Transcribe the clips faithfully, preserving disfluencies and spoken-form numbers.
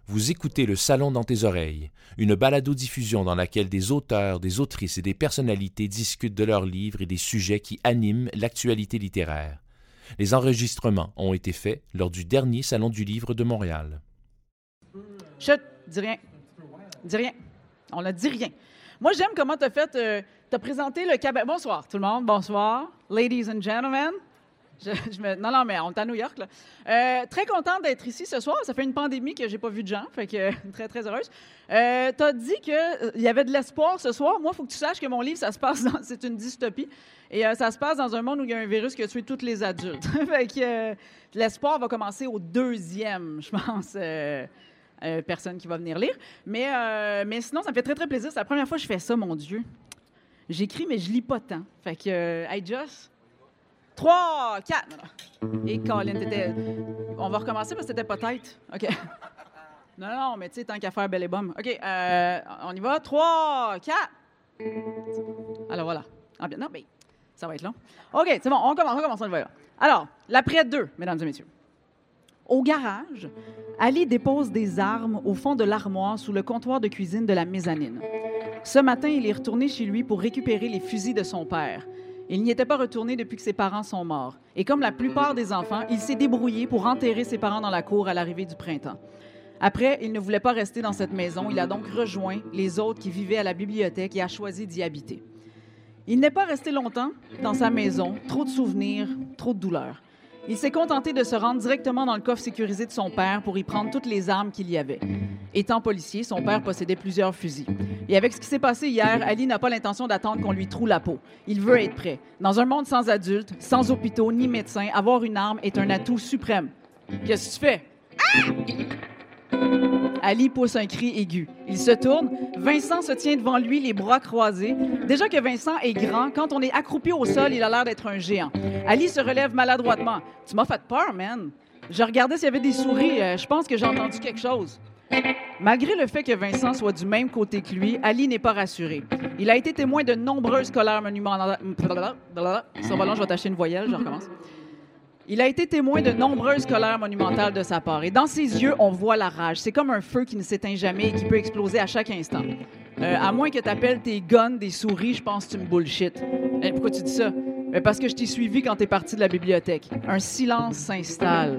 Vous écoutez Le Salon dans tes oreilles, une balado-diffusion dans laquelle des auteurs, des autrices et des personnalités discutent de leurs livres et des sujets qui animent l'actualité littéraire. Les enregistrements ont été faits lors du dernier Salon du Livre de Montréal. Chut, dis rien. Dis rien. On ne dit rien. Moi, j'aime comment tu as fait, euh, tu as présenté le cabaret. Bonsoir tout le monde, bonsoir, ladies and gentlemen. Je, je me... Non, non, mais on est à New York, là. Euh, très contente d'être ici ce soir. Ça fait une pandémie que j'ai pas vu de gens, fait que très, très heureuse. Euh, tu as dit qu'il euh, y avait de l'espoir ce soir. Moi, il faut que tu saches que mon livre, ça se passe dans... c'est une dystopie. Et euh, ça se passe dans un monde où il y a un virus qui a tué tous les adultes. Fait que euh, l'espoir va commencer au deuxième, je pense, euh, euh, personne qui va venir lire. Mais, euh, mais sinon, ça me fait très, très plaisir. C'est la première fois que je fais ça, mon Dieu. J'écris, mais je lis pas tant. Fait que, euh, hey, Joss... Trois, quatre. Et Colin, t'étais... On va recommencer parce que t'étais pas tête. OK. Non, non, mais tu sais, tant qu'à faire belle et bombe. OK, euh, on y va. Trois, quatre. Alors, voilà. Ah, bien, non, mais ça va être long. OK, c'est bon, on commence, on commence, on y va là. Alors, l'après deux, mesdames et messieurs. Au garage, Ali dépose des armes au fond de l'armoire sous le comptoir de cuisine de la mezzanine. Ce matin, il est retourné chez lui pour récupérer les fusils de son père. Il n'y était pas retourné depuis que ses parents sont morts. Et comme la plupart des enfants, il s'est débrouillé pour enterrer ses parents dans la cour à l'arrivée du printemps. Après, il ne voulait pas rester dans cette maison. Il a donc rejoint les autres qui vivaient à la bibliothèque et a choisi d'y habiter. Il n'est pas resté longtemps dans sa maison. Trop de souvenirs, trop de douleurs. Il s'est contenté de se rendre directement dans le coffre sécurisé de son père pour y prendre toutes les armes qu'il y avait. Étant policier, son père possédait plusieurs fusils. Et avec ce qui s'est passé hier, Ali n'a pas l'intention d'attendre qu'on lui troue la peau. Il veut être prêt. Dans un monde sans adultes, sans hôpitaux ni médecins, avoir une arme est un atout suprême. Qu'est-ce que tu fais? Ah! Ali pousse un cri aigu. Il se tourne. Vincent se tient devant lui, les bras croisés. Déjà que Vincent est grand, quand on est accroupi au sol, il a l'air d'être un géant. Ali se relève maladroitement. « Tu m'as fait peur, man. Je regardais s'il y avait des souris. Euh, je pense que j'ai entendu quelque chose. » Malgré le fait que Vincent soit du même côté que lui, Ali n'est pas rassuré. Il a été témoin de nombreuses colères monumentales. Sur volant, je vais tâcher une voyelle, je recommence. Il a été témoin de nombreuses colères monumentales de sa part. Et dans ses yeux, on voit la rage. C'est comme un feu qui ne s'éteint jamais et qui peut exploser à chaque instant. Euh, à moins que tu appelles tes guns des souris, je pense que c'est une bullshit. Eh, pourquoi tu dis ça? Euh, parce que je t'ai suivi quand t'es parti de la bibliothèque. Un silence s'installe.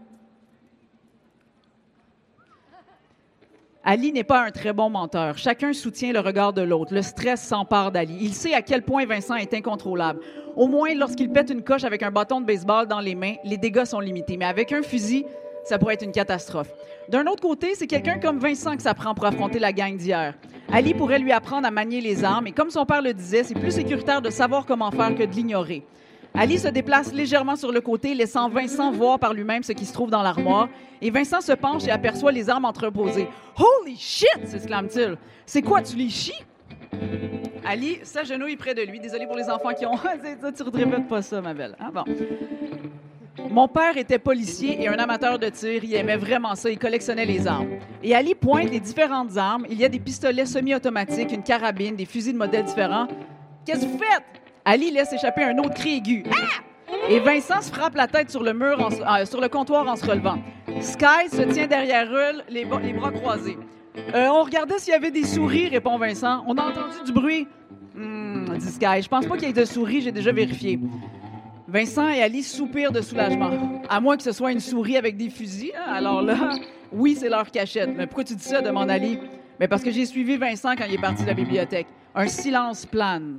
Ali n'est pas un très bon menteur. Chacun soutient le regard de l'autre. Le stress s'empare d'Ali. Il sait à quel point Vincent est incontrôlable. Au moins, lorsqu'il pète une coche avec un bâton de baseball dans les mains, les dégâts sont limités. Mais avec un fusil, ça pourrait être une catastrophe. D'un autre côté, c'est quelqu'un comme Vincent que ça prend pour affronter la gang d'hier. Ali pourrait lui apprendre à manier les armes. Et comme son père le disait, c'est plus sécuritaire de savoir comment faire que de l'ignorer. Ali se déplace légèrement sur le côté, laissant Vincent voir par lui-même ce qui se trouve dans l'armoire. Et Vincent se penche et aperçoit les armes entreposées. « Holy shit! » s'exclame-t-il. « C'est quoi, tu les chies? » Ali s'agenouille près de lui. Désolé pour les enfants qui ont... tu ne répètes pas ça, ma belle. Hein? Bon. Mon père était policier et un amateur de tir. Il aimait vraiment ça. Il collectionnait les armes. Et Ali pointe les différentes armes. Il y a des pistolets semi-automatiques, une carabine, des fusils de modèles différents. « Qu'est-ce que vous faites? » Ali laisse échapper un autre cri aigu. Ah! Et Vincent se frappe la tête sur le mur, en, euh, sur le comptoir en se relevant. Sky se tient derrière elle, les, les bras croisés. Euh, on regardait s'il y avait des souris, répond Vincent. On a entendu du bruit. Hum, dit Sky. Je pense pas qu'il y ait de souris, j'ai déjà vérifié. Vincent et Ali soupirent de soulagement. À moins que ce soit une souris avec des fusils. Hein? Alors là, oui, c'est leur cachette. Mais pourquoi tu dis ça? Demande Ali. Mais parce que j'ai suivi Vincent quand il est parti de la bibliothèque. Un silence plane.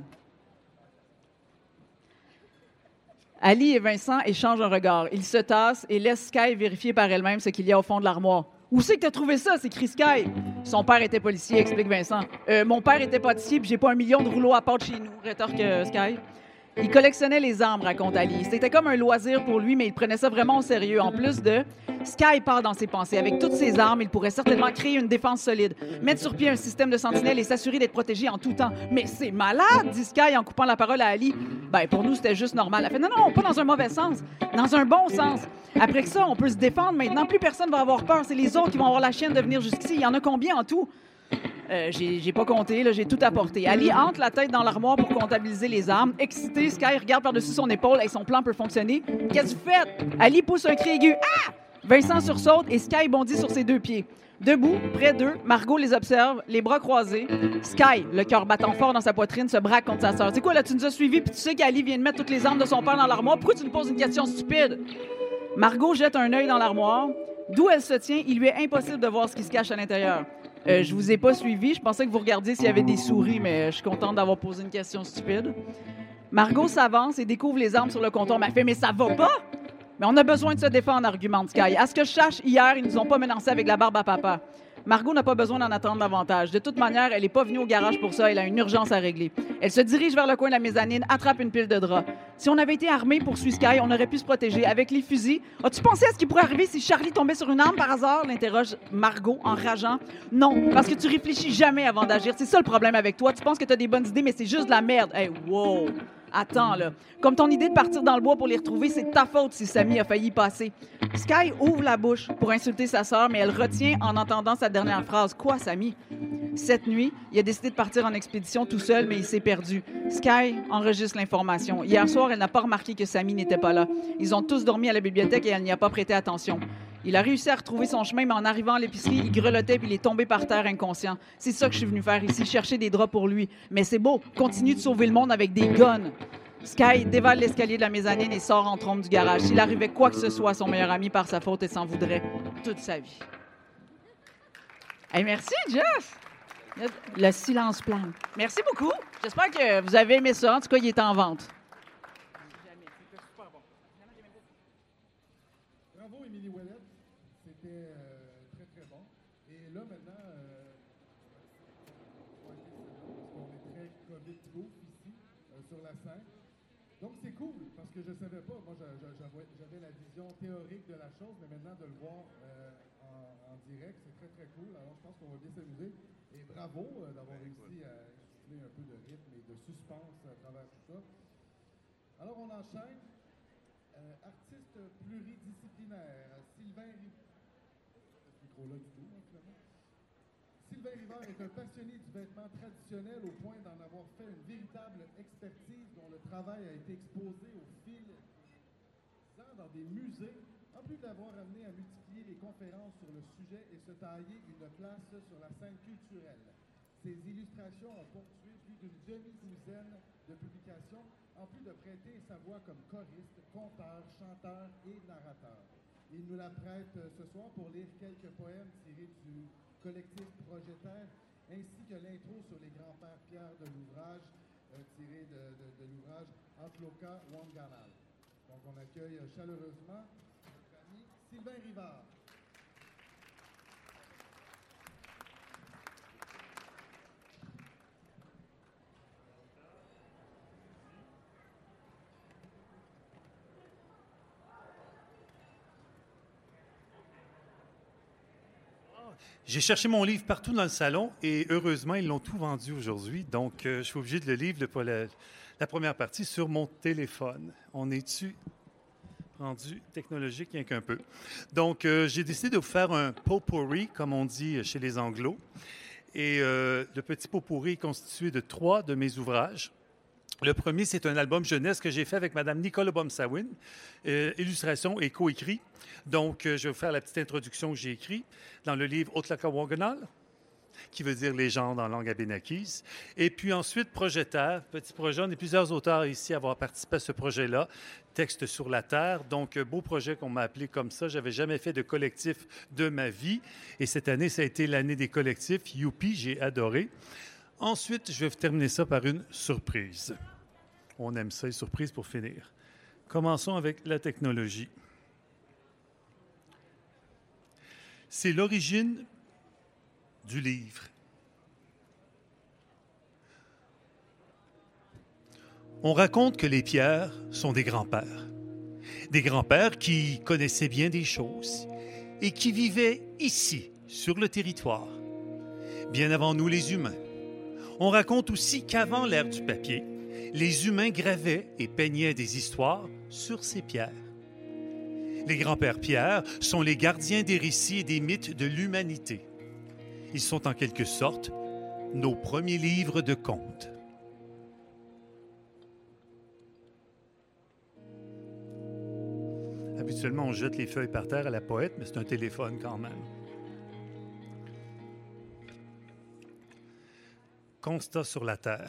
Ali et Vincent échangent un regard. Ils se tassent et laissent Sky vérifier par elle-même ce qu'il y a au fond de l'armoire. « Où c'est que t'as trouvé ça? » s'écrie Sky. « Son père était policier, » explique Vincent. Euh, « Mon père était pâtissier puis j'ai pas un million de rouleaux à pâte chez nous, » rétorque euh, Sky. Il collectionnait les armes, raconte Ali. C'était comme un loisir pour lui, mais il prenait ça vraiment au sérieux. En plus de... Sky part dans ses pensées. Avec toutes ses armes, il pourrait certainement créer une défense solide, mettre sur pied un système de sentinelles et s'assurer d'être protégé en tout temps. « Mais c'est malade! » dit Sky en coupant la parole à Ali. « Ben, pour nous, c'était juste normal. » Elle fait « Non, non, pas dans un mauvais sens. Dans un bon sens. Après que ça, on peut se défendre maintenant. Plus personne va avoir peur. C'est les autres qui vont avoir la chienne de venir jusqu'ici. Il y en a combien en tout? » Euh, j'ai, j'ai pas compté, là, j'ai tout apporté. Ali entre la tête dans l'armoire pour comptabiliser les armes. Excité, Sky regarde par-dessus son épaule et son plan peut fonctionner. « Qu'est-ce que vous faites? » Ali pousse un cri aigu. « Ah! » Vincent sursaute et Sky bondit sur ses deux pieds. Debout, près d'eux, Margot les observe, les bras croisés. Sky, le cœur battant fort dans sa poitrine, se braque contre sa sœur. C'est quoi, là, tu nous as suivis, puis tu sais qu'Ali vient de mettre toutes les armes de son père dans l'armoire. Pourquoi tu nous poses une question stupide? Margot jette un œil dans l'armoire. D'où elle se tient, il lui est impossible de voir ce qui se cache à l'intérieur. Euh, je vous ai pas suivi. Je pensais que vous regardiez s'il y avait des souris, mais je suis contente d'avoir posé une question stupide. Margot s'avance et découvre les armes sur le comptoir. Mais elle fait, mais ça va pas! Mais on a besoin de se défendre, argumente Sky. À ce que je sache, hier, ils nous ont pas menacés avec la barbe à papa. Margot n'a pas besoin d'en attendre davantage. De toute manière, elle n'est pas venue au garage pour ça. Elle a une urgence à régler. Elle se dirige vers le coin de la mezzanine, attrape une pile de draps. Si on avait été armés pour suivre Sky, on aurait pu se protéger. Avec les fusils, as-tu pensé à ce qui pourrait arriver si Charlie tombait sur une arme par hasard? L'interroge Margot en rageant. Non, parce que tu réfléchis jamais avant d'agir. C'est ça le problème avec toi. Tu penses que tu as des bonnes idées, mais c'est juste de la merde. Hey, wow! Attends, là. Comme ton idée de partir dans le bois pour les retrouver, c'est de ta faute si Samy a failli y passer. Sky ouvre la bouche pour insulter sa sœur, mais elle retient en entendant sa dernière phrase. Quoi, Samy? Cette nuit, il a décidé de partir en expédition tout seul, mais il s'est perdu. Sky enregistre l'information. Hier soir, elle n'a pas remarqué que Samy n'était pas là. Ils ont tous dormi à la bibliothèque et elle n'y a pas prêté attention. Il a réussi à retrouver son chemin, mais en arrivant à l'épicerie, il grelottait puis il est tombé par terre inconscient. C'est ça que je suis venu faire ici, chercher des draps pour lui. Mais c'est beau, continue de sauver le monde avec des guns. Sky dévale l'escalier de la mezzanine et sort en trombe du garage. S'il arrivait quoi que ce soit à son meilleur ami par sa faute, elle s'en voudrait toute sa vie. Hey, merci, Jeff! Le silence plane. Merci beaucoup. J'espère que vous avez aimé ça. En tout cas, il est en vente. Bravo, Émilie Ouellette. C'était euh, très, très bon. Et là, maintenant, euh, parce qu'on est très COVID-proof ici, euh, sur la scène. Donc, c'est cool, parce que je ne savais pas. Moi, j'avais la vision théorique de la chose, mais maintenant, de le voir euh, en, en direct, c'est très, très cool. Alors, je pense qu'on va bien s'amuser. Et bravo euh, d'avoir réussi à insuffler un peu de rythme et de suspense à travers tout ça. Alors, on enchaîne. Euh, artiste pluridisciplinaire, Sylvain Rivard. Ce micro-là du tout, hein, finalement. Sylvain Rivard est un passionné du vêtement traditionnel au point d'en avoir fait une véritable expertise dont le travail a été exposé au fil des ans dans des musées, en plus d'avoir amené à multiplier les conférences sur le sujet et se tailler une place sur la scène culturelle. Ses illustrations ont ponctué plus d'une demi-douzaine de publications, en plus de prêter sa voix comme choriste, conteur, chanteur et narrateur. Il nous la prête ce soir pour lire quelques poèmes tirés du collectif Projet Terre, ainsi que l'intro sur les grands-pères Pierre de l'ouvrage, euh, tiré de, de, de l'ouvrage Antloka Wanganal. Donc on accueille chaleureusement notre ami Sylvain Rivard. J'ai cherché mon livre partout dans le salon et heureusement, ils l'ont tout vendu aujourd'hui. Donc, euh, je suis obligé de le lire pour la, la première partie sur mon téléphone. On est-tu rendu technologique rien qu'un peu? Donc, euh, j'ai décidé de vous faire un potpourri, comme on dit chez les Anglos. Et euh, le petit potpourri est constitué de trois de mes ouvrages. Le premier, c'est un album jeunesse que j'ai fait avec Mme Nicole Obomsawin, euh, illustration et coécrit. Donc, euh, je vais vous faire la petite introduction que j'ai écrite dans le livre Otlaka Waganal, qui veut dire légende en langue abénakise. Et puis ensuite, Projet Terre, petit projet. On est plusieurs auteurs ici à avoir participé à ce projet-là, Texte sur la Terre. Donc, beau projet qu'on m'a appelé comme ça. Je n'avais jamais fait de collectif de ma vie. Et cette année, ça a été l'année des collectifs. Youpi, j'ai adoré. Ensuite, je vais terminer ça par une surprise. On aime ça, les surprises pour finir. Commençons avec la technologie. C'est l'origine du livre. On raconte que les pierres sont des grands-pères. Des grands-pères qui connaissaient bien des choses et qui vivaient ici, sur le territoire, bien avant nous les humains. On raconte aussi qu'avant l'ère du papier, les humains gravaient et peignaient des histoires sur ces pierres. Les grands-pères Pierre sont les gardiens des récits et des mythes de l'humanité. Ils sont en quelque sorte nos premiers livres de contes. Habituellement, on jette les feuilles par terre à la poète, mais c'est un téléphone quand même. Constat sur la Terre.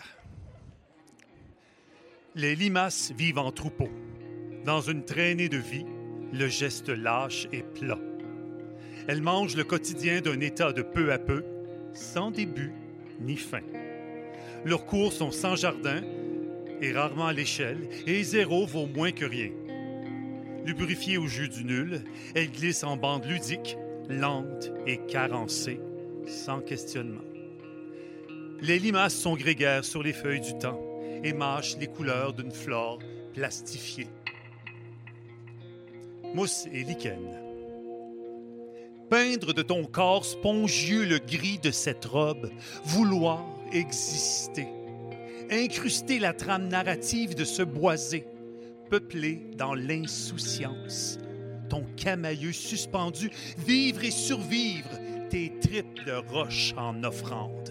Les limaces vivent en troupeau. Dans une traînée de vie, le geste lâche et plat. Elles mangent le quotidien d'un état de peu à peu, sans début ni fin. Leurs cours sont sans jardin et rarement à l'échelle, et zéro vaut moins que rien. Lubrifiées au jus du nul, elles glissent en bande ludique, lente et carencée, sans questionnement. Les limaces sont grégaires sur les feuilles du temps et mâchent les couleurs d'une flore plastifiée. Mousse et lichen. Peindre de ton corps spongieux le gris de cette robe, vouloir exister. Incruster la trame narrative de ce boisé, peuplé dans l'insouciance. Ton camailleux suspendu, vivre et survivre, tes triples roches en offrande.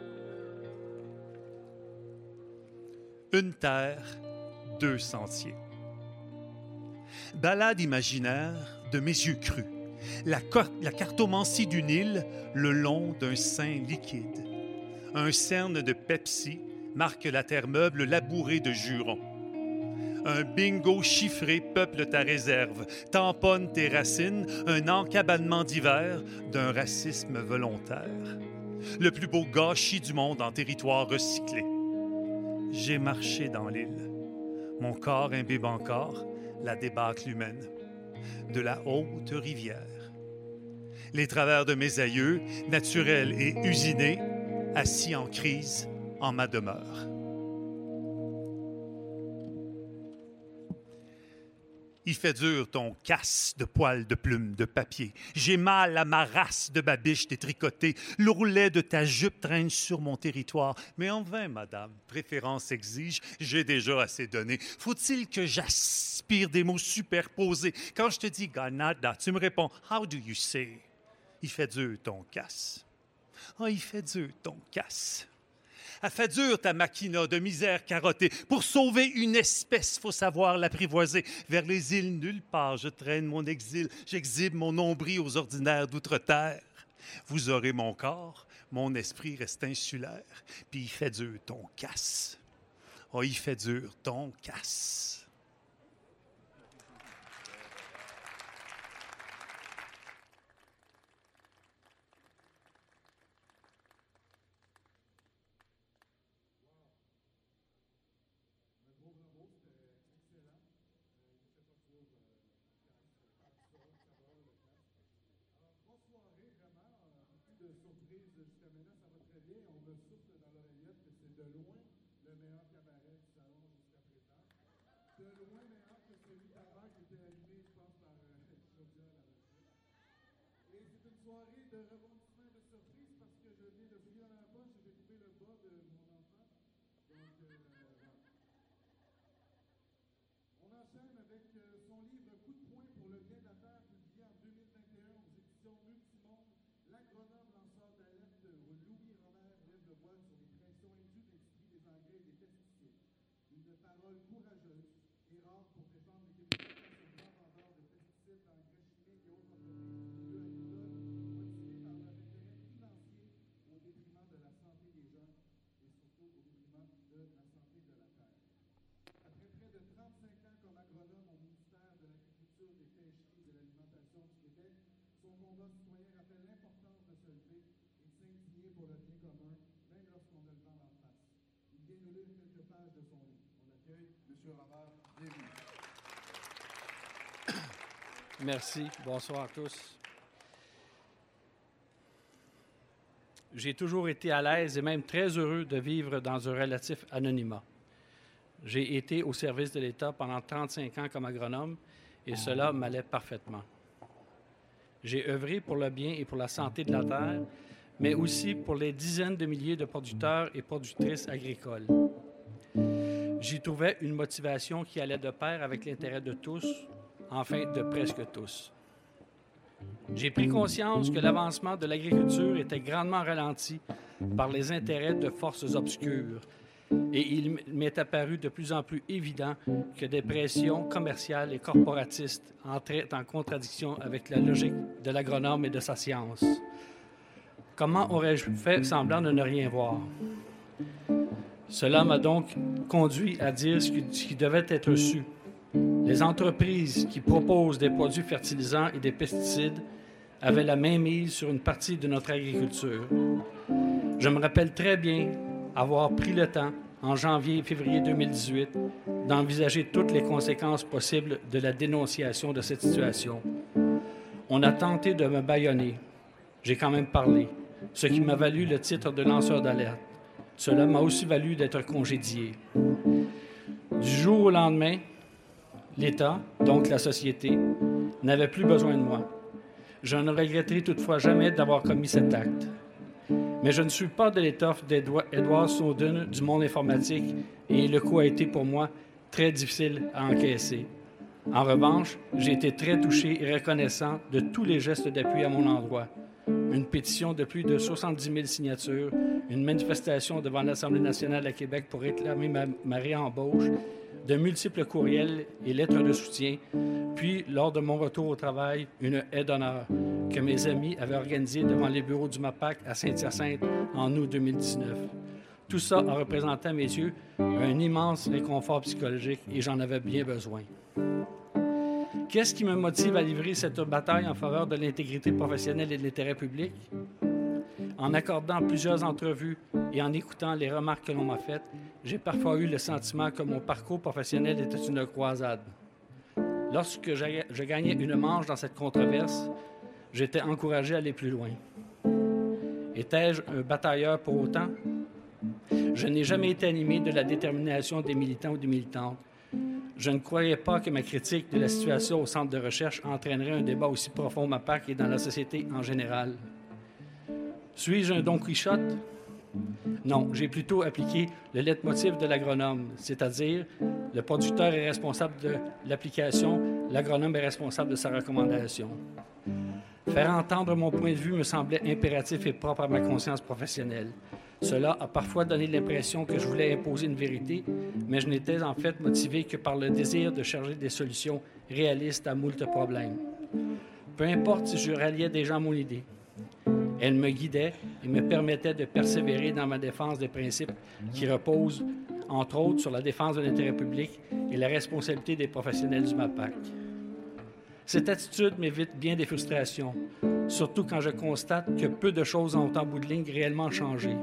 Une terre, deux sentiers. Balade imaginaire de mes yeux crus. La, la cartomancie du Nil le long d'un sein liquide. Un cerne de Pepsi marque la terre meuble labourée de jurons. Un bingo chiffré peuple ta réserve, tamponne tes racines, un encabanement d'hiver d'un racisme volontaire. Le plus beau gâchis du monde en territoire recyclé. J'ai marché dans l'île. Mon corps imbibe encore la débâcle humaine de la haute rivière. Les travers de mes aïeux, naturels et usinés, assis en crise en ma demeure. Il fait dur ton casse de poils de plumes de papier. J'ai mal à ma race de babiche détricotée. L'ourlet de ta jupe traîne sur mon territoire. Mais en vain, madame, préférence exige, j'ai déjà assez donné. Faut-il que j'aspire des mots superposés? Quand je te dis Ganada, tu me réponds « How do you say? » Il fait dur ton casse. Ah, oh, il fait dur ton casse. Elle fait dur ta machina de misère carottée. Pour sauver une espèce, faut savoir l'apprivoiser. Vers les îles nulle part, je traîne mon exil. J'exhibe mon nombril aux ordinaires d'outre-terre. Vous aurez mon corps, mon esprit reste insulaire. Puis il fait dur ton casse. Oh, il fait dur ton casse. Soirée de rebondissement de surprise parce que je viens de fouiller dans la poche et j'ai trouvé le bas de mon enfant. Donc, euh, voilà. On enchaîne avec euh, son livre Coup de poing pour le bien de la terre, publié en deux mille vingt et un aux éditions Multimonde. L'agronome lanceur d'alerte Louis Robert lève le voile sur les pressions indues d'industrie des engrais et des pesticides. Une parole courageuse et rare pour défendre les Québécois face aux grands vendeurs de pesticides, d'engrais chimiques et autres entreprises milieu agricole. Son combat citoyen rappelle l'importance de se lever et de s'indigner pour le bien commun, même lorsqu'on a le vent d'en face. Il vient de lire quelques pages de son livre. On accueille M. Robert. Bienvenue. Merci. Bonsoir à tous. J'ai toujours été à l'aise et même très heureux de vivre dans un relatif anonymat. J'ai été au service de l'État pendant trente-cinq ans comme agronome et cela m'allait parfaitement. J'ai œuvré pour le bien et pour la santé de la terre, mais aussi pour les dizaines de milliers de producteurs et productrices agricoles. J'y trouvais une motivation qui allait de pair avec l'intérêt de tous, enfin de presque tous. J'ai pris conscience que l'avancement de l'agriculture était grandement ralenti par les intérêts de forces obscures, et il m'est apparu de plus en plus évident que des pressions commerciales et corporatistes entraient en contradiction avec la logique de l'agronome et de sa science. Comment aurais-je fait semblant de ne rien voir? Cela m'a donc conduit à dire ce qui, ce qui devait être su. Les entreprises qui proposent des produits fertilisants et des pesticides avaient la main mise sur une partie de notre agriculture. Je me rappelle très bien avoir pris le temps, en janvier et février deux mille dix-huit, d'envisager toutes les conséquences possibles de la dénonciation de cette situation. On a tenté de me bâillonner. J'ai quand même parlé, ce qui m'a valu le titre de lanceur d'alerte. Cela m'a aussi valu d'être congédié. Du jour au lendemain, l'État, donc la société, n'avait plus besoin de moi. Je ne regretterai toutefois jamais d'avoir commis cet acte. Mais je ne suis pas de l'étoffe d'Edward Snowden du monde informatique et le coup a été pour moi très difficile à encaisser. En revanche, j'ai été très touché et reconnaissant de tous les gestes d'appui à mon endroit. Une pétition de plus de soixante-dix mille signatures, une manifestation devant l'Assemblée nationale à Québec pour réclamer ma, ma réembauche, de multiples courriels et lettres de soutien, puis, lors de mon retour au travail, une aide d'honneur que mes amis avaient organisée devant les bureaux du MAPAC à Saint-Hyacinthe en août deux mille dix-neuf. Tout ça a représenté à mes yeux un immense réconfort psychologique et j'en avais bien besoin. Qu'est-ce qui me motive à livrer cette bataille en faveur de l'intégrité professionnelle et de l'intérêt public? En accordant plusieurs entrevues et en écoutant les remarques que l'on m'a faites, j'ai parfois eu le sentiment que mon parcours professionnel était une croisade. Lorsque je gagnais une manche dans cette controverse, j'étais encouragé à aller plus loin. Étais-je un batailleur pour autant? Je n'ai jamais été animé de la détermination des militants ou des militantes. Je ne croyais pas que ma critique de la situation au centre de recherche entraînerait un débat aussi profond au MAPAC et dans la société en général. Suis-je un Don Quichotte? Non, j'ai plutôt appliqué le leitmotiv de l'agronome, c'est-à-dire le producteur est responsable de l'application, l'agronome est responsable de sa recommandation. Faire entendre mon point de vue me semblait impératif et propre à ma conscience professionnelle. Cela a parfois donné l'impression que je voulais imposer une vérité, mais je n'étais en fait motivé que par le désir de chercher des solutions réalistes à moult problèmes. Peu importe si je ralliais des gens à mon idée. Elle me guidait et me permettait de persévérer dans ma défense des principes qui reposent, entre autres, sur la défense de l'intérêt public et la responsabilité des professionnels du MAPAC. Cette attitude m'évite bien des frustrations, surtout quand je constate que peu de choses ont en bout de ligne réellement changé.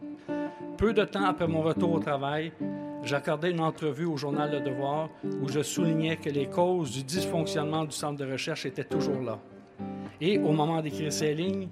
Peu de temps après mon retour au travail, j'accordais une entrevue au journal Le Devoir où je soulignais que les causes du dysfonctionnement du centre de recherche étaient toujours là. Et au moment d'écrire ces lignes,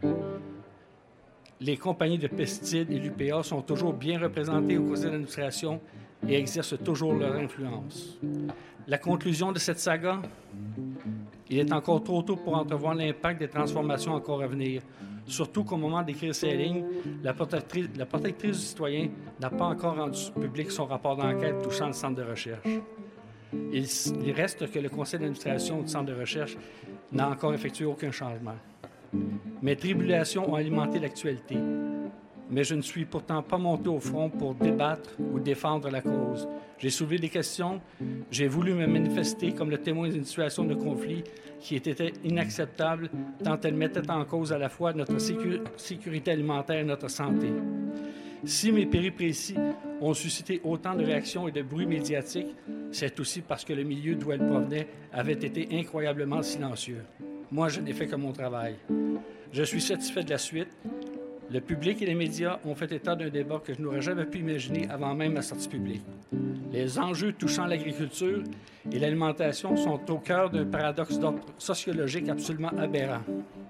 les compagnies de pesticides et l'U P A sont toujours bien représentées au conseil d'administration et exercent toujours leur influence. La conclusion de cette saga? Il est encore trop tôt pour entrevoir l'impact des transformations encore à venir, surtout qu'au moment d'écrire ces lignes, la protectrice, la protectrice du citoyen n'a pas encore rendu public son rapport d'enquête touchant le centre de recherche. Il, il reste que le conseil d'administration du centre de recherche n'a encore effectué aucun changement. Mes tribulations ont alimenté l'actualité, mais je ne suis pourtant pas monté au front pour débattre ou défendre la cause. J'ai soulevé des questions, j'ai voulu me manifester comme le témoin d'une situation de conflit qui était inacceptable tant elle mettait en cause à la fois notre sécu- sécurité alimentaire et notre santé. Si mes péripéties ont suscité autant de réactions et de bruit médiatique, c'est aussi parce que le milieu d'où elles provenaient avait été incroyablement silencieux. Moi, je n'ai fait que mon travail. Je suis satisfait de la suite. Le public et les médias ont fait état d'un débat que je n'aurais jamais pu imaginer avant même ma sortie publique. Les enjeux touchant l'agriculture et l'alimentation sont au cœur d'un paradoxe d'ordre sociologique absolument aberrant.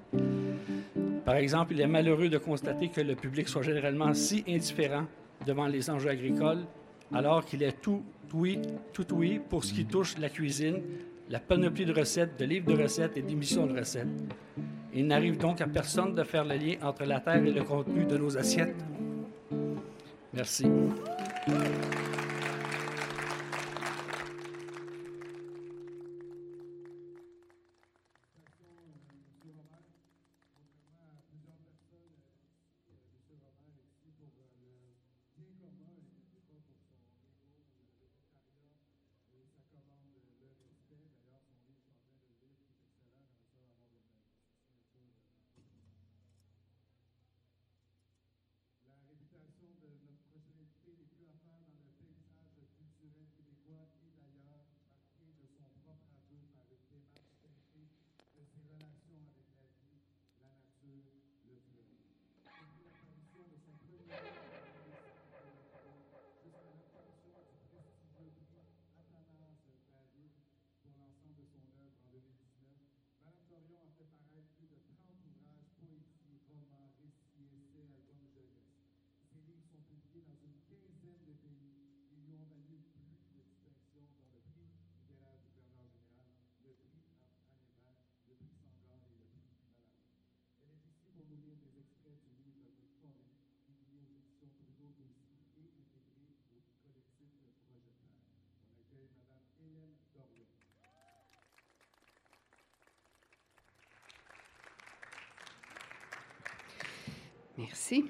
Par exemple, il est malheureux de constater que le public soit généralement si indifférent devant les enjeux agricoles, alors qu'il est tout oui, tout oui pour ce qui touche la cuisine, la panoplie de recettes, de livres de recettes et d'émissions de recettes. Il n'arrive donc à personne de faire le lien entre la terre et le contenu de nos assiettes. Merci. La réputation de notre prochain invité n'est plus à faire Merci.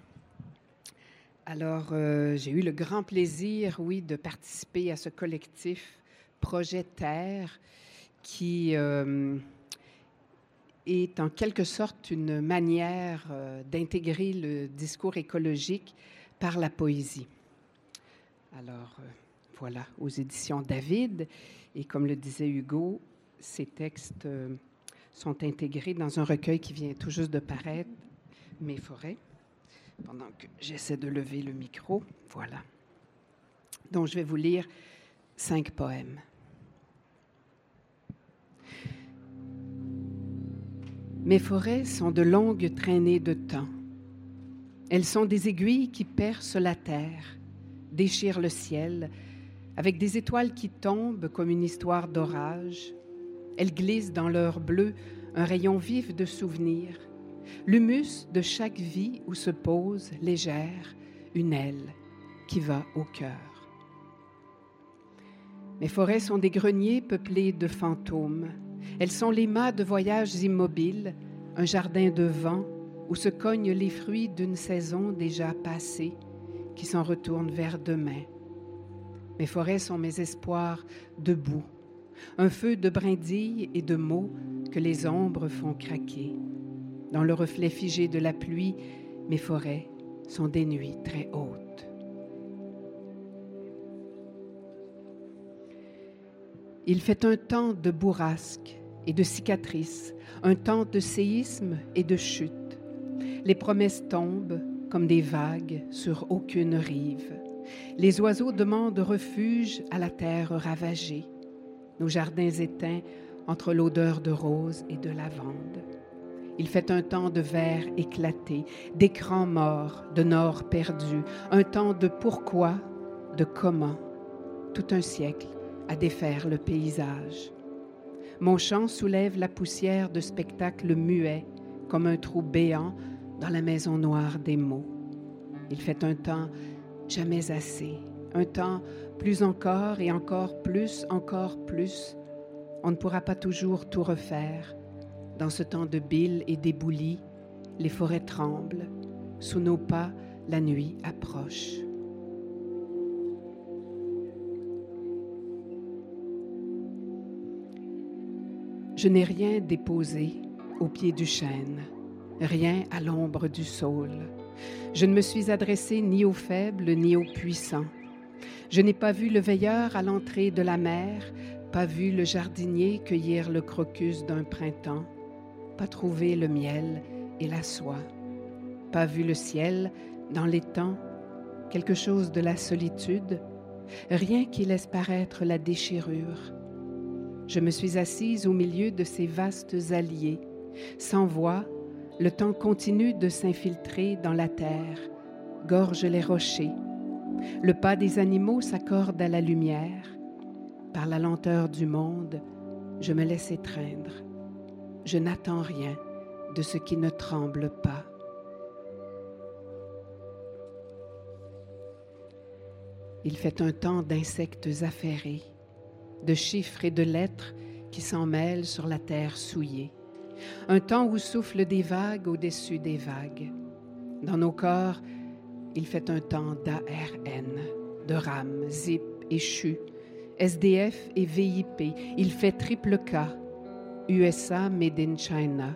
Alors, euh, j'ai eu le grand plaisir, oui, de participer à ce collectif Projet Terre qui euh, est en quelque sorte une manière euh, d'intégrer le discours écologique par la poésie. Alors, euh, voilà, aux éditions David. Et comme le disait Hugo, ces textes euh, sont intégrés dans un recueil qui vient tout juste de paraître, Mes forêts. Pendant que j'essaie de lever le micro, voilà. Donc, je vais vous lire cinq poèmes. Mes forêts sont de longues traînées de temps. Elles sont des aiguilles qui percent la terre, déchirent le ciel, avec des étoiles qui tombent comme une histoire d'orage. Elles glissent dans leur bleu un rayon vif de souvenirs, l'humus de chaque vie où se pose, légère, une aile qui va au cœur. Mes forêts sont des greniers peuplés de fantômes. Elles sont les mâts de voyages immobiles, un jardin de vent où se cognent les fruits d'une saison déjà passée qui s'en retourne vers demain. Mes forêts sont mes espoirs debout, un feu de brindilles et de mots que les ombres font craquer. Dans le reflet figé de la pluie, mes forêts sont des nuits très hautes. Il fait un temps de bourrasque et de cicatrices, un temps de séisme et de chute. Les promesses tombent comme des vagues sur aucune rive. Les oiseaux demandent refuge à la terre ravagée. Nos jardins éteints entre l'odeur de rose et de lavande. Il fait un temps de verre éclaté, d'écrans morts, de nord perdu, un temps de pourquoi, de comment, tout un siècle à défaire le paysage. Mon chant soulève la poussière de spectacles muets, comme un trou béant dans la maison noire des mots. Il fait un temps jamais assez, un temps plus encore et encore plus, encore plus. On ne pourra pas toujours tout refaire. Dans ce temps de bile et d'éboulis, les forêts tremblent. Sous nos pas, la nuit approche. Je n'ai rien déposé au pied du chêne, rien à l'ombre du saule. Je ne me suis adressée ni aux faibles ni aux puissants. Je n'ai pas vu le veilleur à l'entrée de la mer, pas vu le jardinier cueillir le crocus d'un printemps, pas trouvé le miel et la soie, pas vu le ciel dans les temps, quelque chose de la solitude, rien qui laisse paraître la déchirure. Je me suis assise au milieu de ces vastes alliés, sans voix. Le temps continue de s'infiltrer dans la terre, gorge les rochers. Le pas des animaux s'accorde à la lumière. Par la lenteur du monde, je me laisse étreindre. Je n'attends rien de ce qui ne tremble pas. Il fait un temps d'insectes affairés, de chiffres et de lettres qui s'en mêlent sur la terre souillée. Un temps où soufflent des vagues au-dessus des vagues. Dans nos corps, il fait un temps d'A R N, de RAM, ZIP et CHU, S D F et V I P. Il fait triple K, U S A Made in China.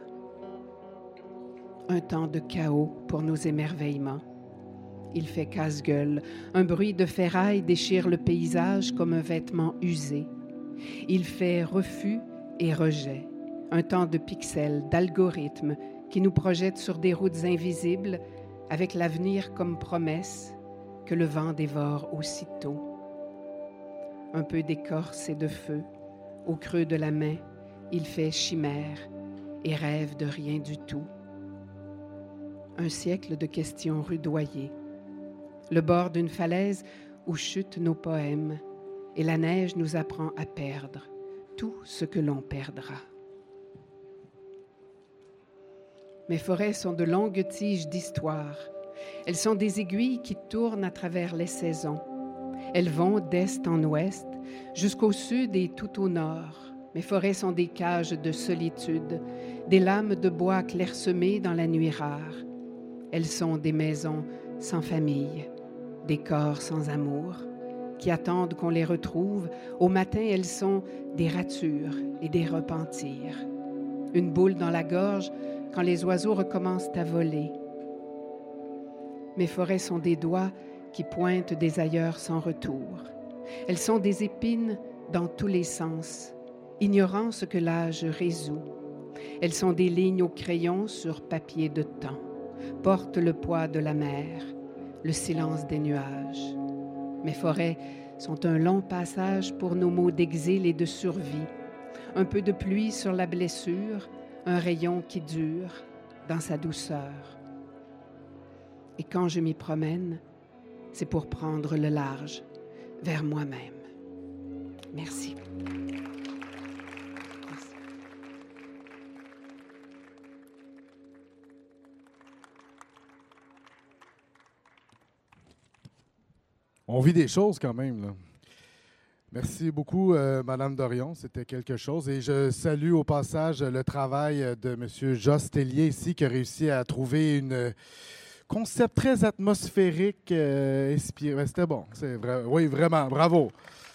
Un temps de chaos pour nos émerveillements. Il fait casse-gueule, un bruit de ferraille déchire le paysage comme un vêtement usé. Il fait refus et rejet. Un temps de pixels, d'algorithmes qui nous projettent sur des routes invisibles avec l'avenir comme promesse que le vent dévore aussitôt. Un peu d'écorce et de feu, au creux de la main, il fait chimère et rêve de rien du tout. Un siècle de questions rudoyées. Le bord d'une falaise où chutent nos poèmes et la neige nous apprend à perdre tout ce que l'on perdra. Mes forêts sont de longues tiges d'histoire. Elles sont des aiguilles qui tournent à travers les saisons. Elles vont d'est en ouest, jusqu'au sud et tout au nord. Mes forêts sont des cages de solitude, des lames de bois clairsemées dans la nuit rare. Elles sont des maisons sans famille, des corps sans amour, qui attendent qu'on les retrouve. Au matin, elles sont des ratures et des repentirs. Une boule dans la gorge quand les oiseaux recommencent à voler. Mes forêts sont des doigts qui pointent des ailleurs sans retour. Elles sont des épines dans tous les sens, ignorant ce que l'âge résout. Elles sont des lignes au crayon sur papier de temps, portent le poids de la mer, le silence des nuages. Mes forêts sont un long passage pour nos mots d'exil et de survie. Un peu de pluie sur la blessure, un rayon qui dure dans sa douceur. Et quand je m'y promène, c'est pour prendre le large vers moi-même. Merci. Merci. On vit des choses quand même, là. Merci beaucoup, euh, Madame Dorion. C'était quelque chose. Et je salue au passage le travail de M. Joss Tellier ici, qui a réussi à trouver un concept très atmosphérique, euh, inspiré. C'était bon. C'est vrai. Oui, vraiment. Bravo.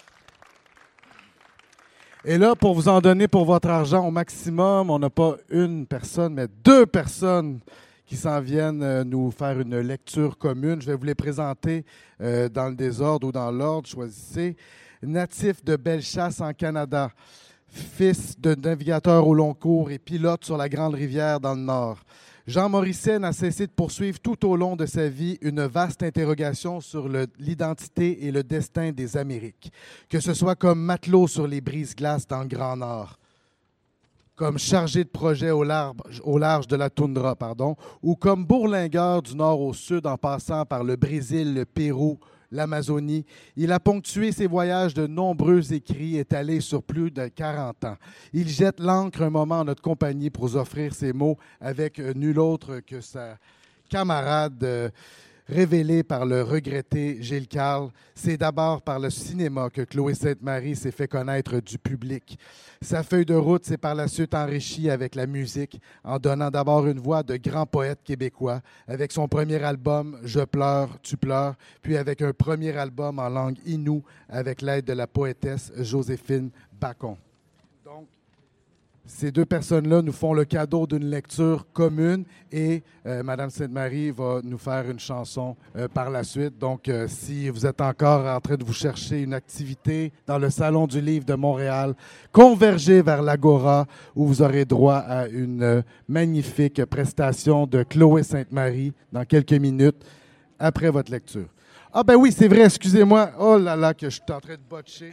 Et là, pour vous en donner pour votre argent au maximum, on n'a pas une personne, mais deux personnes qui s'en viennent euh, nous faire une lecture commune. Je vais vous les présenter euh, dans le désordre ou dans l'ordre. Choisissez. Natif de Bellechasse en Canada, fils de navigateur au long cours et pilote sur la Grande Rivière dans le Nord. Jean Morisset n'a cessé de poursuivre tout au long de sa vie une vaste interrogation sur le, l'identité et le destin des Amériques, que ce soit comme matelot sur les brises-glaces dans le Grand Nord, comme chargé de projet au large, au large de la toundra, pardon, ou comme bourlingueur du nord au sud en passant par le Brésil, le Pérou, l'Amazonie. Il a ponctué ses voyages de nombreux écrits étalés sur plus de quarante ans. Il jette l'encre un moment en notre compagnie pour vous offrir ses mots avec nul autre que sa camarade euh, révélée par le regretté Gilles Carle. C'est d'abord par le cinéma que Chloé Sainte-Marie s'est fait connaître du public. Sa feuille de route s'est par la suite enrichie avec la musique, en donnant d'abord une voix de grand poète québécois, avec son premier album « Je pleure, tu pleures », puis avec un premier album en langue inoue, avec l'aide de la poétesse Joséphine Bacon. Donc, ces deux personnes-là nous font le cadeau d'une lecture commune et euh, Mme Sainte-Marie va nous faire une chanson euh, par la suite. Donc, euh, si vous êtes encore en train de vous chercher une activité dans le Salon du Livre de Montréal, convergez vers l'Agora où vous aurez droit à une euh, magnifique prestation de Chloé Sainte-Marie dans quelques minutes après votre lecture. Ah ben oui, c'est vrai, excusez-moi. Oh là là, que je suis en train de botcher.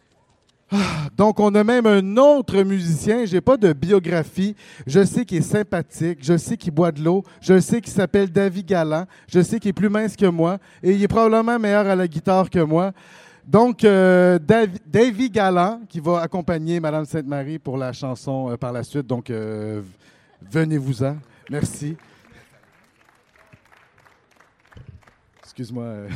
Ah, donc, on a même un autre musicien, je n'ai pas de biographie, je sais qu'il est sympathique, je sais qu'il boit de l'eau, je sais qu'il s'appelle Davy Galland, je sais qu'il est plus mince que moi et il est probablement meilleur à la guitare que moi. Donc, euh, Davy, Davy Galland qui va accompagner Mme Sainte-Marie pour la chanson euh, par la suite. Donc, euh, venez-vous-en. Merci. Excuse-moi. Euh...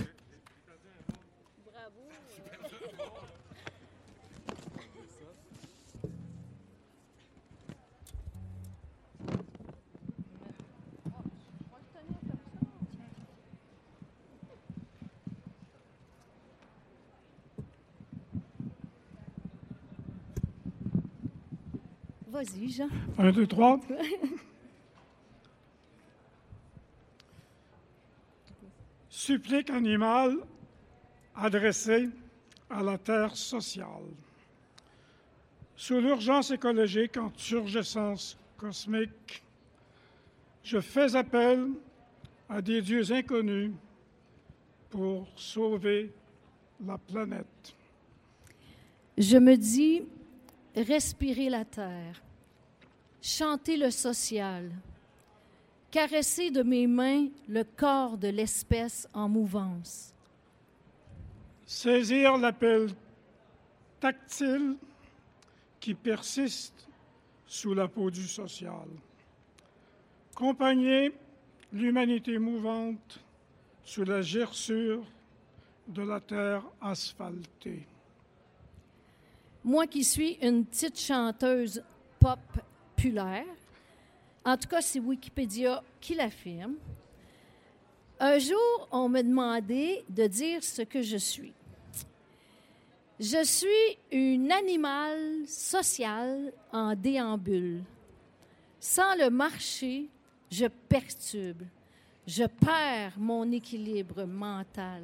Vas-y, Jean. Un, deux, trois. Supplique animale adressée à la terre sociale. Sous l'urgence écologique en surgescence cosmique, je fais appel à des dieux inconnus pour sauver la planète. Je me dis, respirer la terre, chanter le social, caresser de mes mains le corps de l'espèce en mouvance. Saisir l'appel tactile qui persiste sous la peau du social. Accompagner l'humanité mouvante sous la gerçure de la terre asphaltée. Moi qui suis une petite chanteuse populaire, en tout cas c'est Wikipédia qui l'affirme, Un jour, on me demandait de dire ce que je suis. Je suis une animal social en déambule. Sans le marcher, je perturbe. Je perds mon équilibre mental.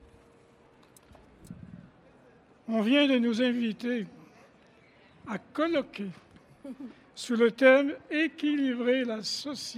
On vient de nous inviter à colloquer sous le thème « Équilibrer la société ».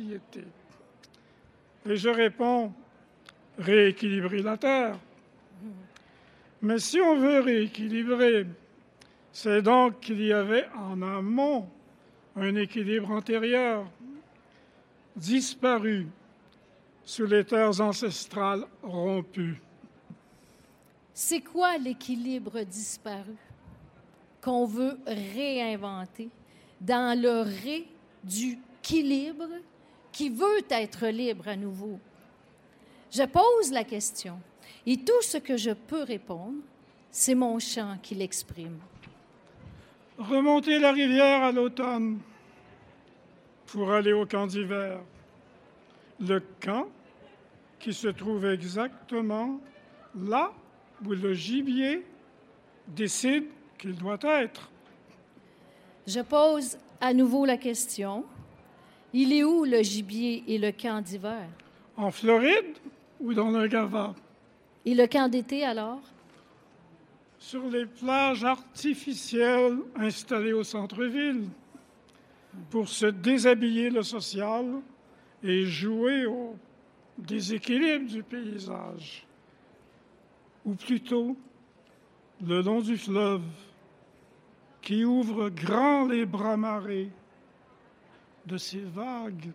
Et je réponds « Rééquilibrer la Terre ». Mais si on veut rééquilibrer, c'est donc qu'il y avait en amont un équilibre antérieur, disparu sous les terres ancestrales rompues. C'est quoi l'équilibre disparu qu'on veut réinventer dans le ré du équilibre qui veut être libre à nouveau? Je pose la question et tout ce que je peux répondre, c'est mon chant qui l'exprime. Remonter la rivière à l'automne pour aller au camp d'hiver. Le camp qui se trouve exactement là où le gibier décide qu'il doit être. Je pose à nouveau la question. Il est où le gibier et le camp d'hiver? En Floride ou dans le Gava? Et le camp d'été alors? Sur les plages artificielles installées au centre-ville pour se déshabiller le social et jouer au déséquilibre du paysage. Ou plutôt, le long du fleuve qui ouvre grand les bras marés de ses vagues.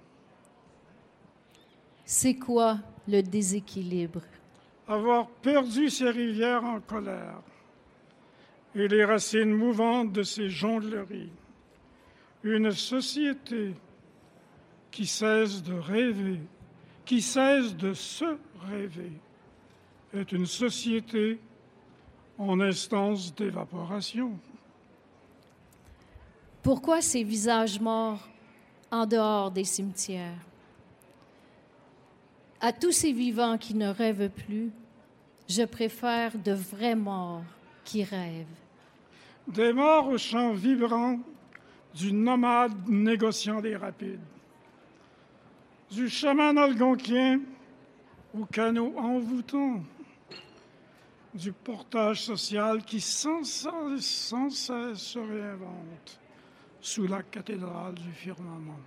C'est quoi le déséquilibre? Avoir perdu ses rivières en colère et les racines mouvantes de ses jongleries. Une société qui cesse de rêver, qui cesse de se rêver, est une société en instance d'évaporation. Pourquoi ces visages morts en dehors des cimetières? À tous ces vivants qui ne rêvent plus, je préfère de vrais morts qui rêvent. Des morts au chant vibrant du nomade négociant des rapides, du chaman algonquien au canot envoûtant, du portage social qui sans cesse, sans cesse se réinvente sous la cathédrale du firmament.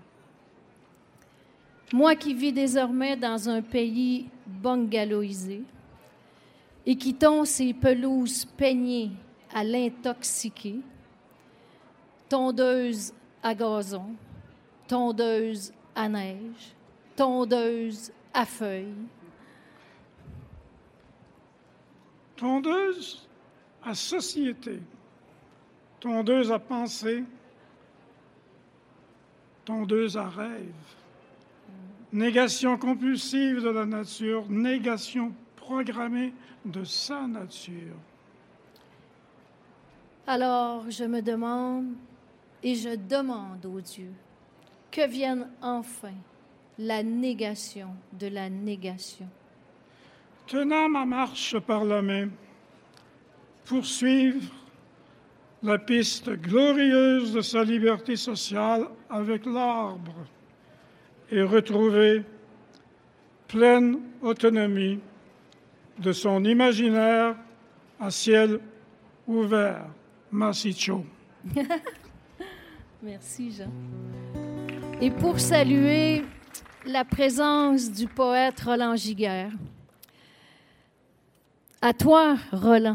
Moi qui vis désormais dans un pays bungalowisé et qui tond ses pelouses peignées à l'intoxiqué, tondeuse à gazon, tondeuse à neige, tondeuse à feuilles. Tondeuse à société, tondeuse à pensée, tondeuse à rêve. Négation compulsive de la nature, négation programmée de sa nature. Alors je me demande et je demande aux dieux que vienne enfin la négation de la négation. Tenant ma marche par la main, poursuivre la piste glorieuse de sa liberté sociale avec l'arbre et retrouver pleine autonomie de son imaginaire à ciel ouvert. Massicho. Merci, Jean. Et pour saluer la présence du poète Roland Giguère, à toi, Roland,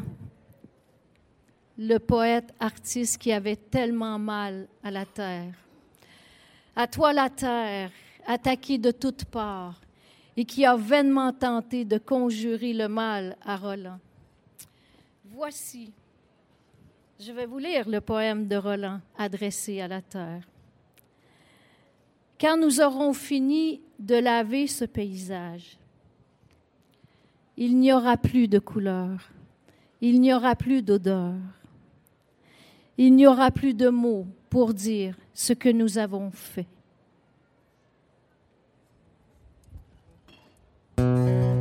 le poète artiste qui avait tellement mal à la terre. À toi, la terre, attaquée de toutes parts et qui a vainement tenté de conjurer le mal à Roland. Voici, je vais vous lire le poème de Roland adressé à la terre. Quand nous aurons fini de laver ce paysage, il n'y aura plus de couleurs, il n'y aura plus d'odeur, il n'y aura plus de mots pour dire ce que nous avons fait.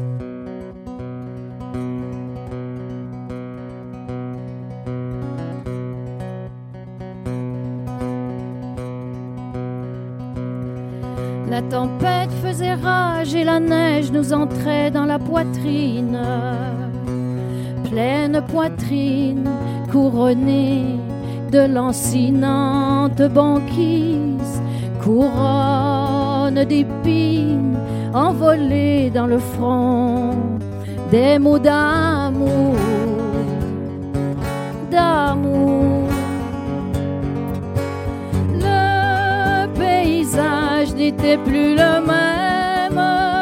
La tempête faisait rage et la neige nous entrait dans la poitrine. Pleine poitrine couronnée de lancinante banquise, couronne d'épines envolées dans le front, des mots d'amour, d'amour. Le paysage n'était plus le même.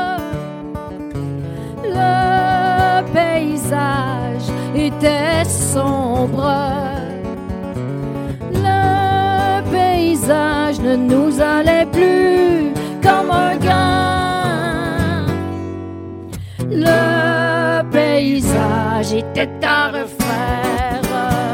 Le paysage était sombre. Le paysage ne nous allait plus comme un gain. Le paysage était à refaire.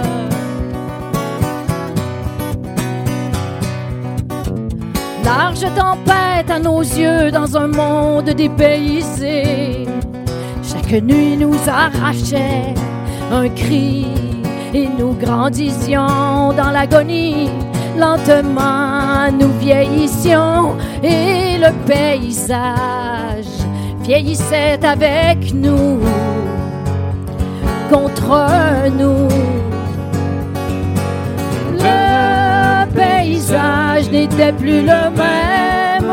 Large tempête à nos yeux dans un monde dépaysé. Chaque nuit nous arrachait un cri et nous grandissions dans l'agonie. Lentement nous vieillissions et le paysage vieillissait avec nous, contre nous. Le paysage n'était plus le même.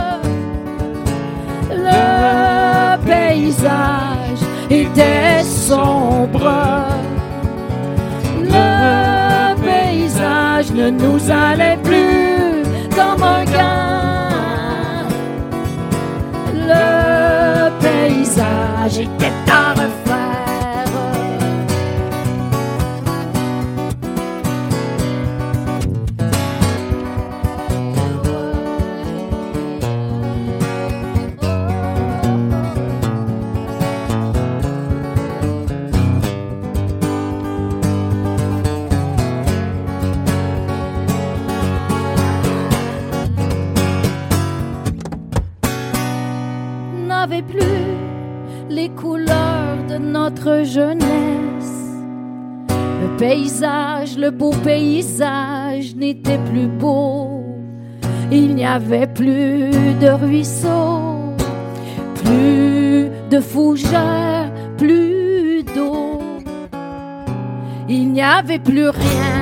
Le paysage était sombre. Le paysage ne nous allait plus comme un gain. Le paysage était à refaire. N'avait plus les couleurs de notre jeunesse. Le paysage, le beau paysage n'était plus beau. Il n'y avait plus de ruisseaux, plus de fougères, plus d'eau. Il n'y avait plus rien,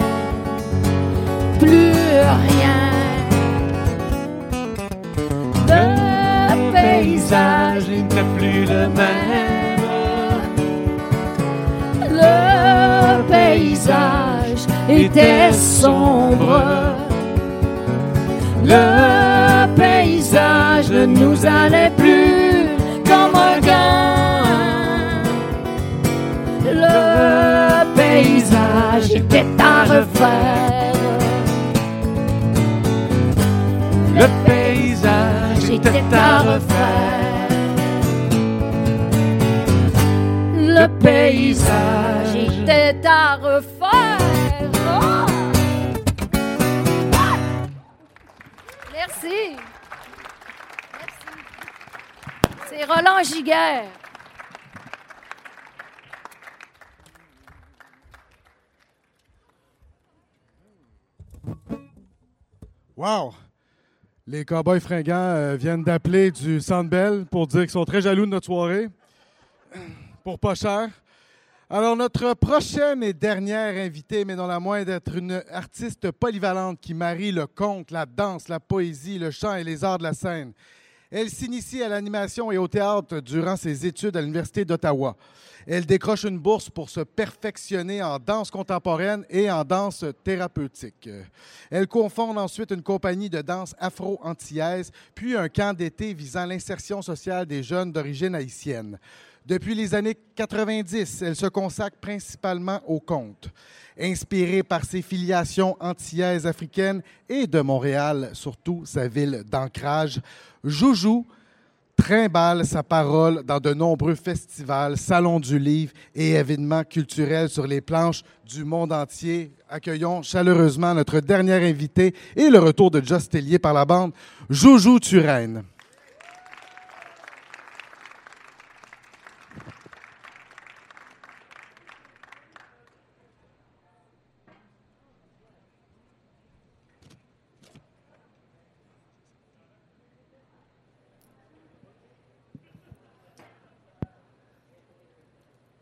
plus rien. Le paysage n'était plus le même. Le paysage était sombre. Le paysage ne nous allait plus comme un gain. Le paysage était à refaire. Le paysage était à refaire. Le paysage était à refaire. Oh! Merci. Merci. C'est Roland Giguère. Wow! Les Cowboys fringants euh, viennent d'appeler du Centre Bell pour dire qu'ils sont très jaloux de notre soirée. Pour pas cher. Alors, notre prochaine et dernière invitée, mais non la moindre, d'être une artiste polyvalente qui marie le conte, la danse, la poésie, le chant et les arts de la scène. Elle s'initie à l'animation et au théâtre durant ses études à l'Université d'Ottawa. Elle décroche une bourse pour se perfectionner en danse contemporaine et en danse thérapeutique. Elle cofonde ensuite une compagnie de danse afro-antillaise, puis un camp d'été visant l'insertion sociale des jeunes d'origine haïtienne. Depuis les années quatre-vingt-dix, elle se consacre principalement au conte. Inspirée par ses filiations antillaises africaines et de Montréal, surtout sa ville d'ancrage, Joujou trimballe sa parole dans de nombreux festivals, salons du livre et événements culturels sur les planches du monde entier. Accueillons chaleureusement notre dernière invitée et le retour de Joss Tellier par la bande, Joujou Turenne.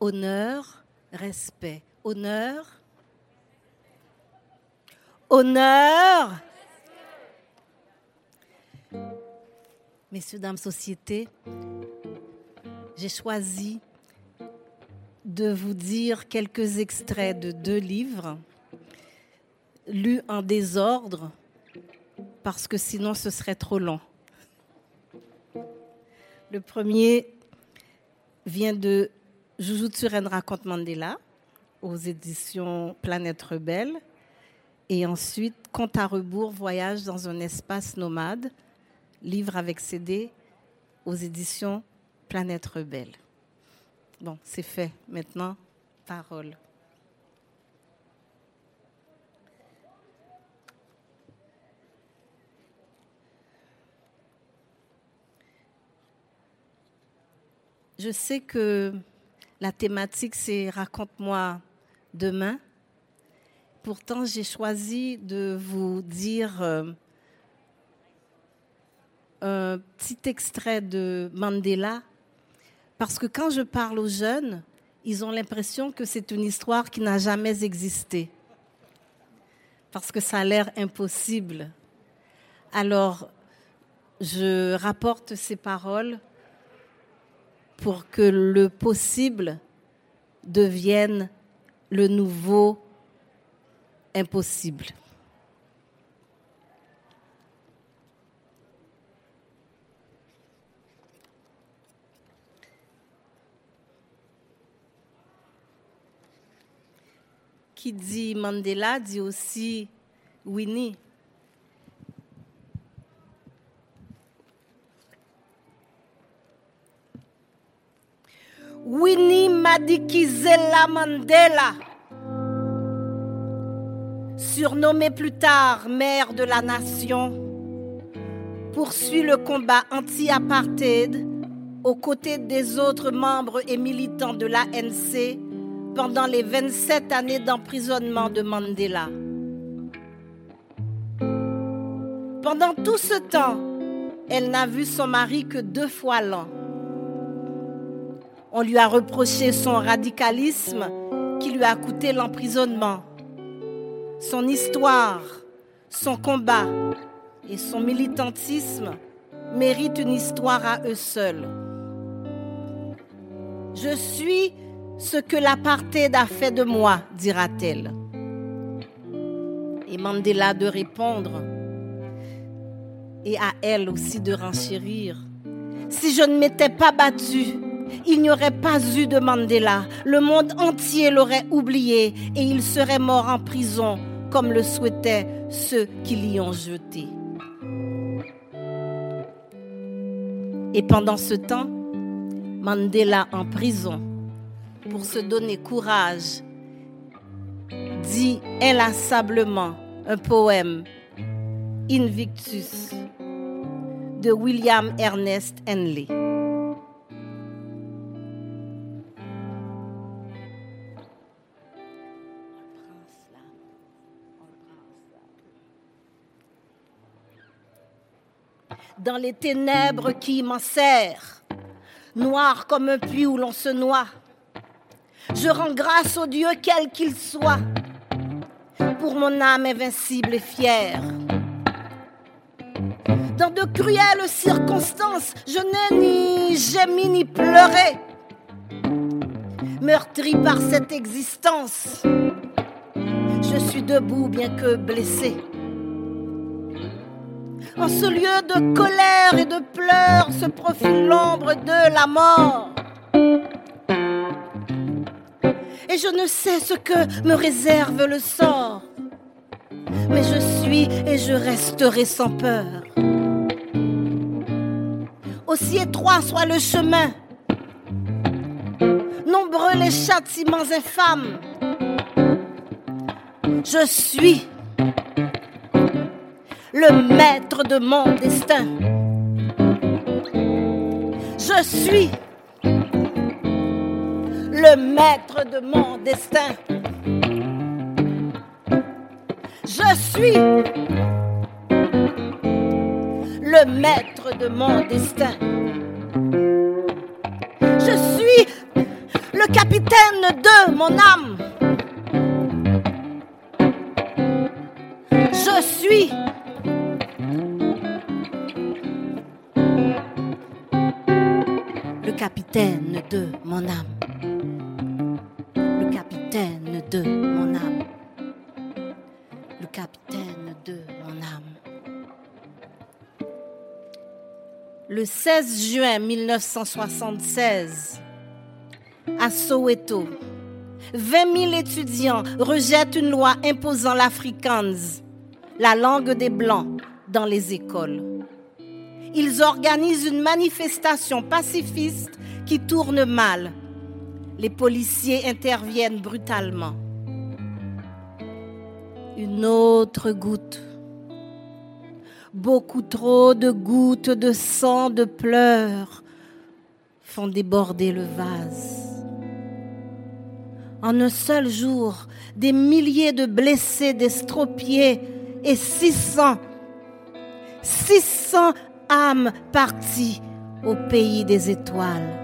honneur, respect. Honneur, honneur. Messieurs, dames, société, j'ai choisi de vous dire quelques extraits de deux livres lus en désordre parce que sinon ce serait trop long. Le premier vient de Juju Tsuren raconte Mandela aux éditions Planète Rebelle et ensuite Compte à rebours, voyage dans un espace nomade, livre avec C D aux éditions Planète Rebelle. Bon, c'est fait. Maintenant, parole. Je sais que la thématique, c'est « Raconte-moi demain ». Pourtant, j'ai choisi de vous dire euh, un petit extrait de Mandela, parce que quand je parle aux jeunes, ils ont l'impression que c'est une histoire qui n'a jamais existé, parce que ça a l'air impossible. Alors, je rapporte ces paroles pour que le possible devienne le nouveau impossible. Qui dit Mandela dit aussi Winnie. Winnie Madikizela Mandela, surnommée plus tard mère de la nation, poursuit le combat anti-apartheid aux côtés des autres membres et militants de l'A N C pendant les vingt-sept années d'emprisonnement de Mandela. Pendant tout ce temps, elle n'a vu son mari que deux fois l'an. On lui a reproché son radicalisme qui lui a coûté l'emprisonnement. Son histoire, son combat et son militantisme méritent une histoire à eux seuls. Je suis ce que l'apartheid a fait de moi, dira-t-elle. Et Mandela de répondre, et à elle aussi de renchérir. Si je ne m'étais pas battue, il n'y aurait pas eu de Mandela. Le monde entier l'aurait oublié et il serait mort en prison, comme le souhaitaient ceux qui l'y ont jeté. Et pendant ce temps, Mandela en prison, pour se donner courage, dit inlassablement un poème, Invictus, de William Ernest Henley. Dans les ténèbres qui m'enserrent, noir comme un puits où l'on se noie, je rends grâce au Dieu quel qu'il soit, pour mon âme invincible et fière. Dans de cruelles circonstances, je n'ai ni gémi ni pleuré, meurtri par cette existence, je suis debout bien que blessé. En ce lieu de colère et de pleurs se profile l'ombre de la mort. Et je ne sais ce que me réserve le sort, mais je suis et je resterai sans peur. Aussi étroit soit le chemin, nombreux les châtiments infâmes, je suis le maître de mon destin. Je suis le maître de mon destin. Je suis le maître de mon destin. Je suis le capitaine mon âme. Je suis le capitaine de mon âme. Le capitaine de mon âme. Le capitaine de mon âme. Le seize juin mille neuf cent soixante-seize, à Soweto, vingt mille étudiants rejettent une loi imposant l'afrikaans, la langue des Blancs, dans les écoles. Ils organisent une manifestation pacifiste qui tourne mal. Les policiers interviennent brutalement. Une autre goutte. Beaucoup trop de gouttes de sang, de pleurs font déborder le vase. En un seul jour, des milliers de blessés, d'estropiés et six cents, six cents âmes parties au pays des étoiles.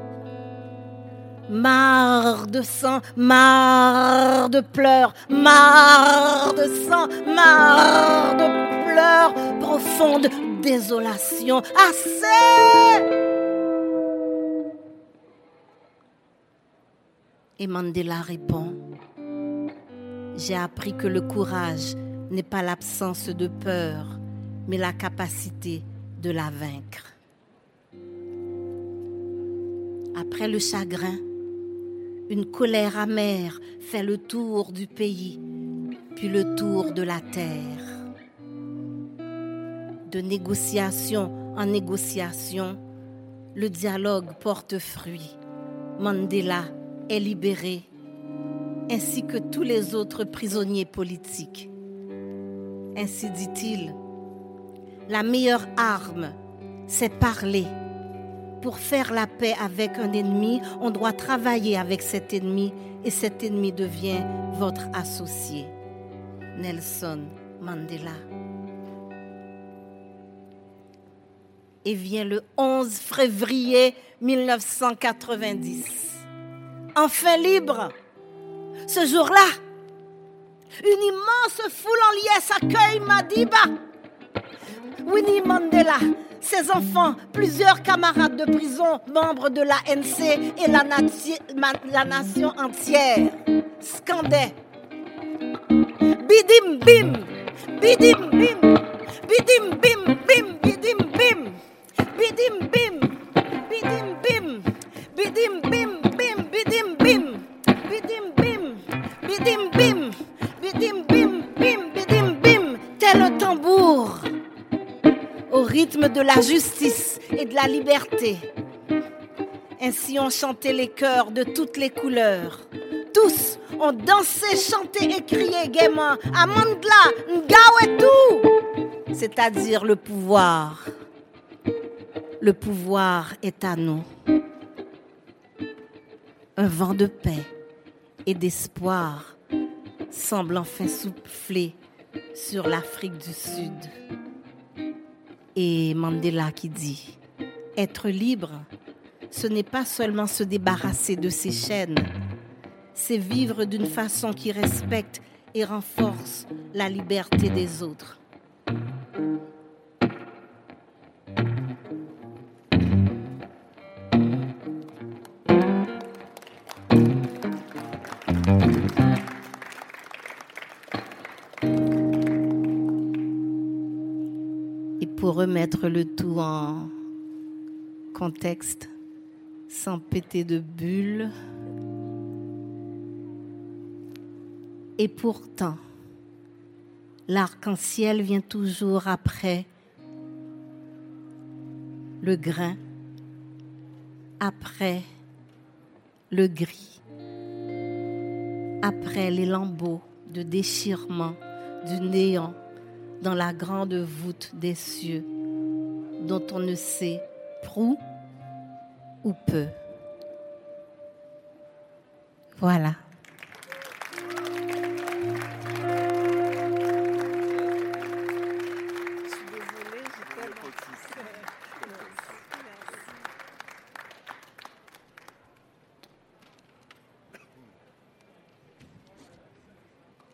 Marre de sang, marre de pleurs, marre de sang, marre de pleurs, profonde désolation. Assez! Et Mandela répond, j'ai appris que le courage n'est pas l'absence de peur, mais la capacité de la vaincre. Après le chagrin, une colère amère fait le tour du pays, puis le tour de la terre. De négociation en négociation, le dialogue porte fruit. Mandela est libéré, ainsi que tous les autres prisonniers politiques. Ainsi dit-il, la meilleure arme, c'est parler. Pour faire la paix avec un ennemi, on doit travailler avec cet ennemi et cet ennemi devient votre associé. Nelson Mandela. Et vient le onze février mille neuf cent quatre-vingt-dix. Enfin libre. Ce jour-là, une immense foule en liesse accueille Madiba. Winnie Mandela, ses enfants, plusieurs camarades de prison, membres de l'A N C et la, nati- la nation entière scandaient Bidim bim, bidim bim, bidim bim bim, bidim bim, bidim bim, bidim bim, bidim bim bim, bidim bim, bidim bim, bidim bim, bidim bim bim, bidim bim, tel le tambour. Au rythme de la justice et de la liberté. Ainsi ont chanté les chœurs de toutes les couleurs. Tous ont dansé, chanté et crié gaiement Amandla, Ngawetu, c'est-à-dire le pouvoir. Le pouvoir est à nous. Un vent de paix et d'espoir semble enfin souffler sur l'Afrique du Sud. Et Mandela qui dit, être libre, ce n'est pas seulement se débarrasser de ses chaînes, c'est vivre d'une façon qui respecte et renforce la liberté des autres. Pour remettre le tout en contexte, sans péter de bulles. Et pourtant, l'arc-en-ciel vient toujours après le grain, après le gris, après les lambeaux de déchirement du néant dans la grande voûte des cieux, dont on ne sait prou ou peu. Voilà.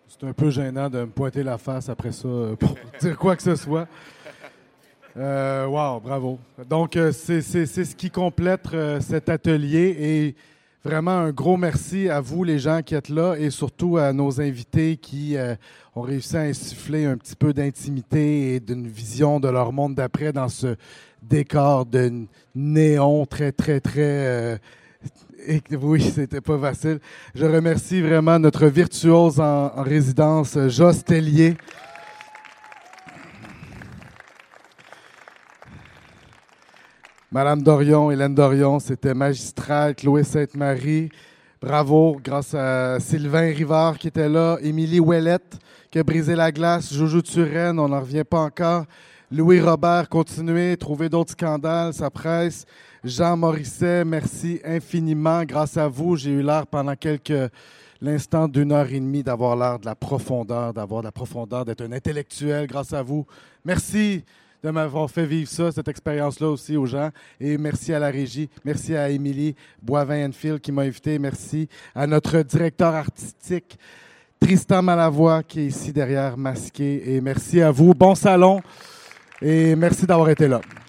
C'est un peu gênant de me pointer la face après ça pour dire quoi que ce soit. Euh, wow, bravo. Donc, euh, c'est, c'est, c'est ce qui complète euh, cet atelier et vraiment un gros merci à vous, les gens qui êtes là et surtout à nos invités qui euh, ont réussi à insuffler un petit peu d'intimité et d'une vision de leur monde d'après dans ce décor de néon très, très, très... Euh, Et oui, c'était pas facile. Je remercie vraiment notre virtuose en, en résidence, Joss Tellier. Madame Dorion, Hélène Dorion, c'était magistral. Chloé Sainte-Marie, bravo. Grâce à Sylvain Rivard qui était là. Émilie Ouellette qui a brisé la glace. Joujou Turenne, on n'en revient pas encore. Louis Robert, continuez, trouvez d'autres scandales, ça presse. Jean Morisset, merci infiniment. Grâce à vous, j'ai eu l'air pendant quelques l'instant d'une heure et demie d'avoir l'air de la profondeur, d'avoir de la profondeur, d'être un intellectuel grâce à vous. Merci de m'avoir fait vivre ça, cette expérience-là aussi aux gens. Et merci à la régie. Merci à Émilie Boivin-Enfield qui m'a invité. Merci à notre directeur artistique, Tristan Malavoie, qui est ici derrière, masqué. Et merci à vous. Bon salon. Et merci d'avoir été là.